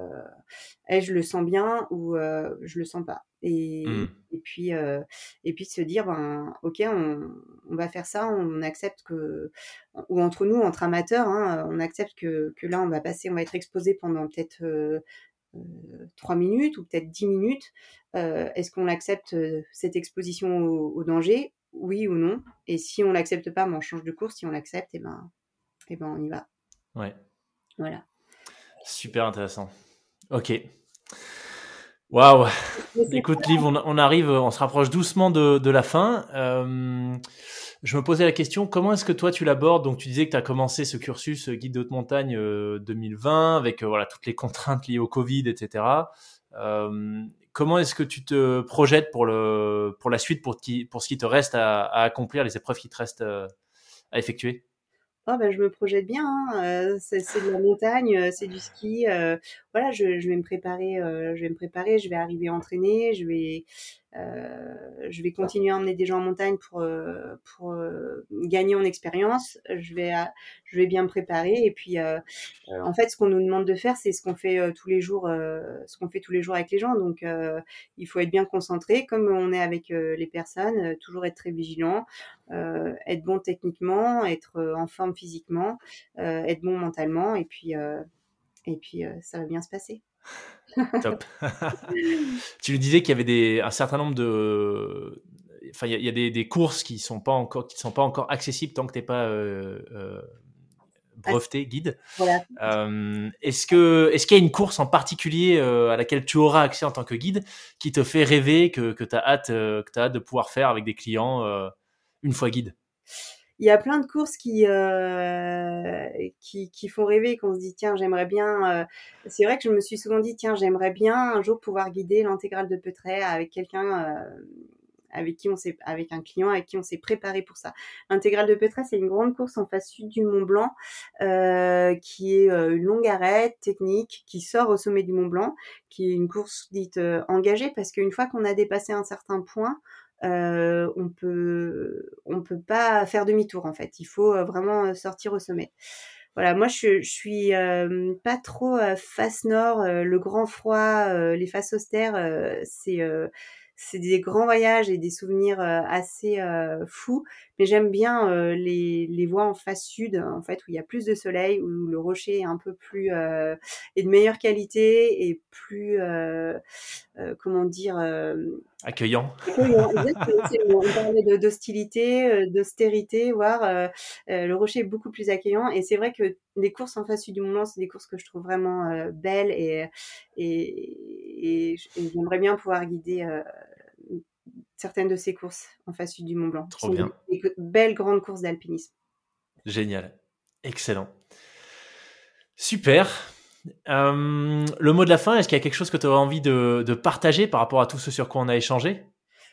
je le sens bien ou je le sens pas. Et puis de se dire, ok, on va faire ça, on accepte ou entre nous, entre amateurs, hein, on accepte que là, on va être exposé pendant peut-être 3 minutes ou peut-être 10 minutes. Est-ce qu'on accepte cette exposition au danger? Oui ou non? Et si on l'accepte pas, on change de course. Si on l'accepte, on y va. Ouais. Voilà. Super intéressant. Ok. Waouh. Écoute, Liv, on se rapproche doucement de la fin. Je me posais la question, comment est-ce que toi tu l'abordes? Donc tu disais que tu as commencé ce cursus guide de haute montagne 2020 avec voilà toutes les contraintes liées au Covid, etc. Comment est-ce que tu te projettes pour la suite, pour ce qui te reste à accomplir, les épreuves qui te restent à effectuer? Oh je me projette bien, hein, c'est de la montagne, c'est du ski, voilà, je vais me préparer, je vais arriver entraînée, je vais continuer à emmener des gens en montagne pour gagner en expérience. Je vais bien me préparer et puis, en fait, ce qu'on nous demande de faire, c'est ce qu'on fait tous les jours, avec les gens. Donc, il faut être bien concentré, comme on est avec les personnes, toujours être très vigilant, être bon techniquement, être en forme physiquement, être bon mentalement, et puis ça va bien se passer. Top. Tu nous disais qu'il y avait un certain nombre de, enfin il y a des courses qui sont pas encore accessibles tant que t'es pas breveté guide. Voilà. Est-ce qu'il y a une course en particulier à laquelle tu auras accès en tant que guide qui te fait rêver, que tu as hâte de pouvoir faire avec des clients une fois guide? Il y a plein de courses qui font rêver, qu'on se dit tiens, j'aimerais bien. C'est vrai que je me suis souvent dit tiens, j'aimerais bien un jour pouvoir guider l'intégrale de Peutret avec quelqu'un avec un client avec qui on s'est préparé pour ça. L'intégrale de Peutret, c'est une grande course en face sud du Mont Blanc, qui est une longue arête technique qui sort au sommet du Mont Blanc, qui est une course dite engagée, parce qu'une fois qu'on a dépassé un certain point, on peut pas faire demi-tour, en fait. Il faut vraiment sortir au sommet. Voilà, moi je suis pas trop face nord, le grand froid, les faces austères, c'est des grands voyages et des souvenirs assez fous, mais j'aime bien les voies en face sud, en fait, où il y a plus de soleil, où le rocher est un peu plus est de meilleure qualité et plus comment dire, Accueillant. accueillant. Exactement, c'est le mot. On parlait d'hostilité, d'austérité, voire le rocher est beaucoup plus accueillant, et c'est vrai que les courses en face sud du Mont Blanc, c'est des courses que je trouve vraiment belles, et j'aimerais bien pouvoir guider certaines de ces courses en face sud du Mont Blanc, qui Trop sont bien. des belles grandes courses d'alpinisme. Génial. Excellent. Super. Le mot de la fin, est-ce qu'il y a quelque chose que tu aurais envie de partager par rapport à tout ce sur quoi on a échangé?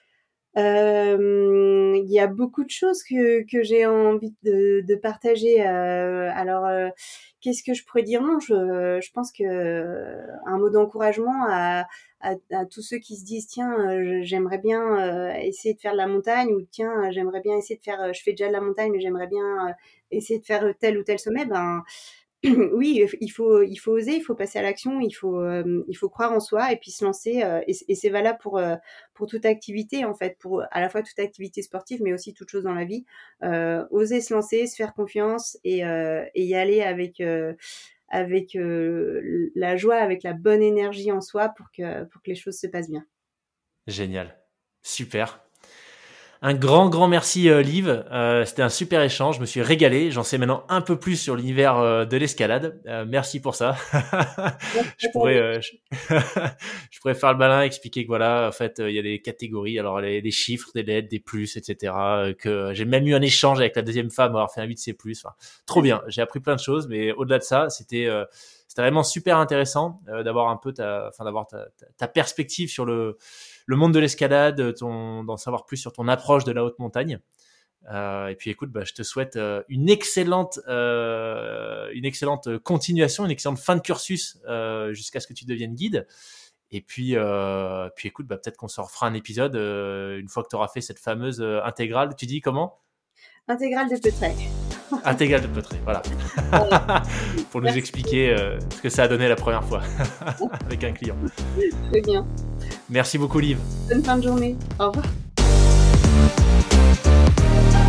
Il y a beaucoup de choses que j'ai envie de partager. Alors, qu'est-ce que je pourrais dire? Non, je pense que un mot d'encouragement à tous ceux qui se disent tiens, j'aimerais bien essayer de faire de la montagne, ou tiens, j'aimerais bien essayer de faire, je fais déjà de la montagne, mais j'aimerais bien essayer de faire tel ou tel sommet. Oui, il faut oser, il faut passer à l'action, il faut croire en soi et puis se lancer. Et c'est valable pour toute activité en fait, pour à la fois toute activité sportive, mais aussi toute chose dans la vie. Oser se lancer, se faire confiance et y aller avec la joie, avec la bonne énergie en soi pour que les choses se passent bien. Génial. Super. Un grand merci Liv, c'était un super échange, je me suis régalé, j'en sais maintenant un peu plus sur l'univers de l'escalade, merci pour ça. je pourrais je pourrais faire le malin, expliquer que voilà, en fait il y a des catégories, alors des chiffres, des lettres, des plus, etc. Que j'ai même eu un échange avec la deuxième femme, avoir fait un 8C+, enfin, trop bien, j'ai appris plein de choses, mais au-delà de ça, c'était vraiment super intéressant d'avoir un peu d'avoir ta perspective sur le monde de l'escalade, d'en savoir plus sur ton approche de la haute montagne. Et puis écoute, je te souhaite une excellente continuation, une excellente fin de cursus jusqu'à ce que tu deviennes guide. Et puis écoute, peut-être qu'on se refera un épisode une fois que tu auras fait cette fameuse intégrale. Tu dis comment ? Intégrale de Peutret. Intégrale de Peutret, voilà. Pour nous expliquer ce que ça a donné la première fois avec un client. Très bien. Merci beaucoup, Liv. Bonne fin de journée. Au revoir.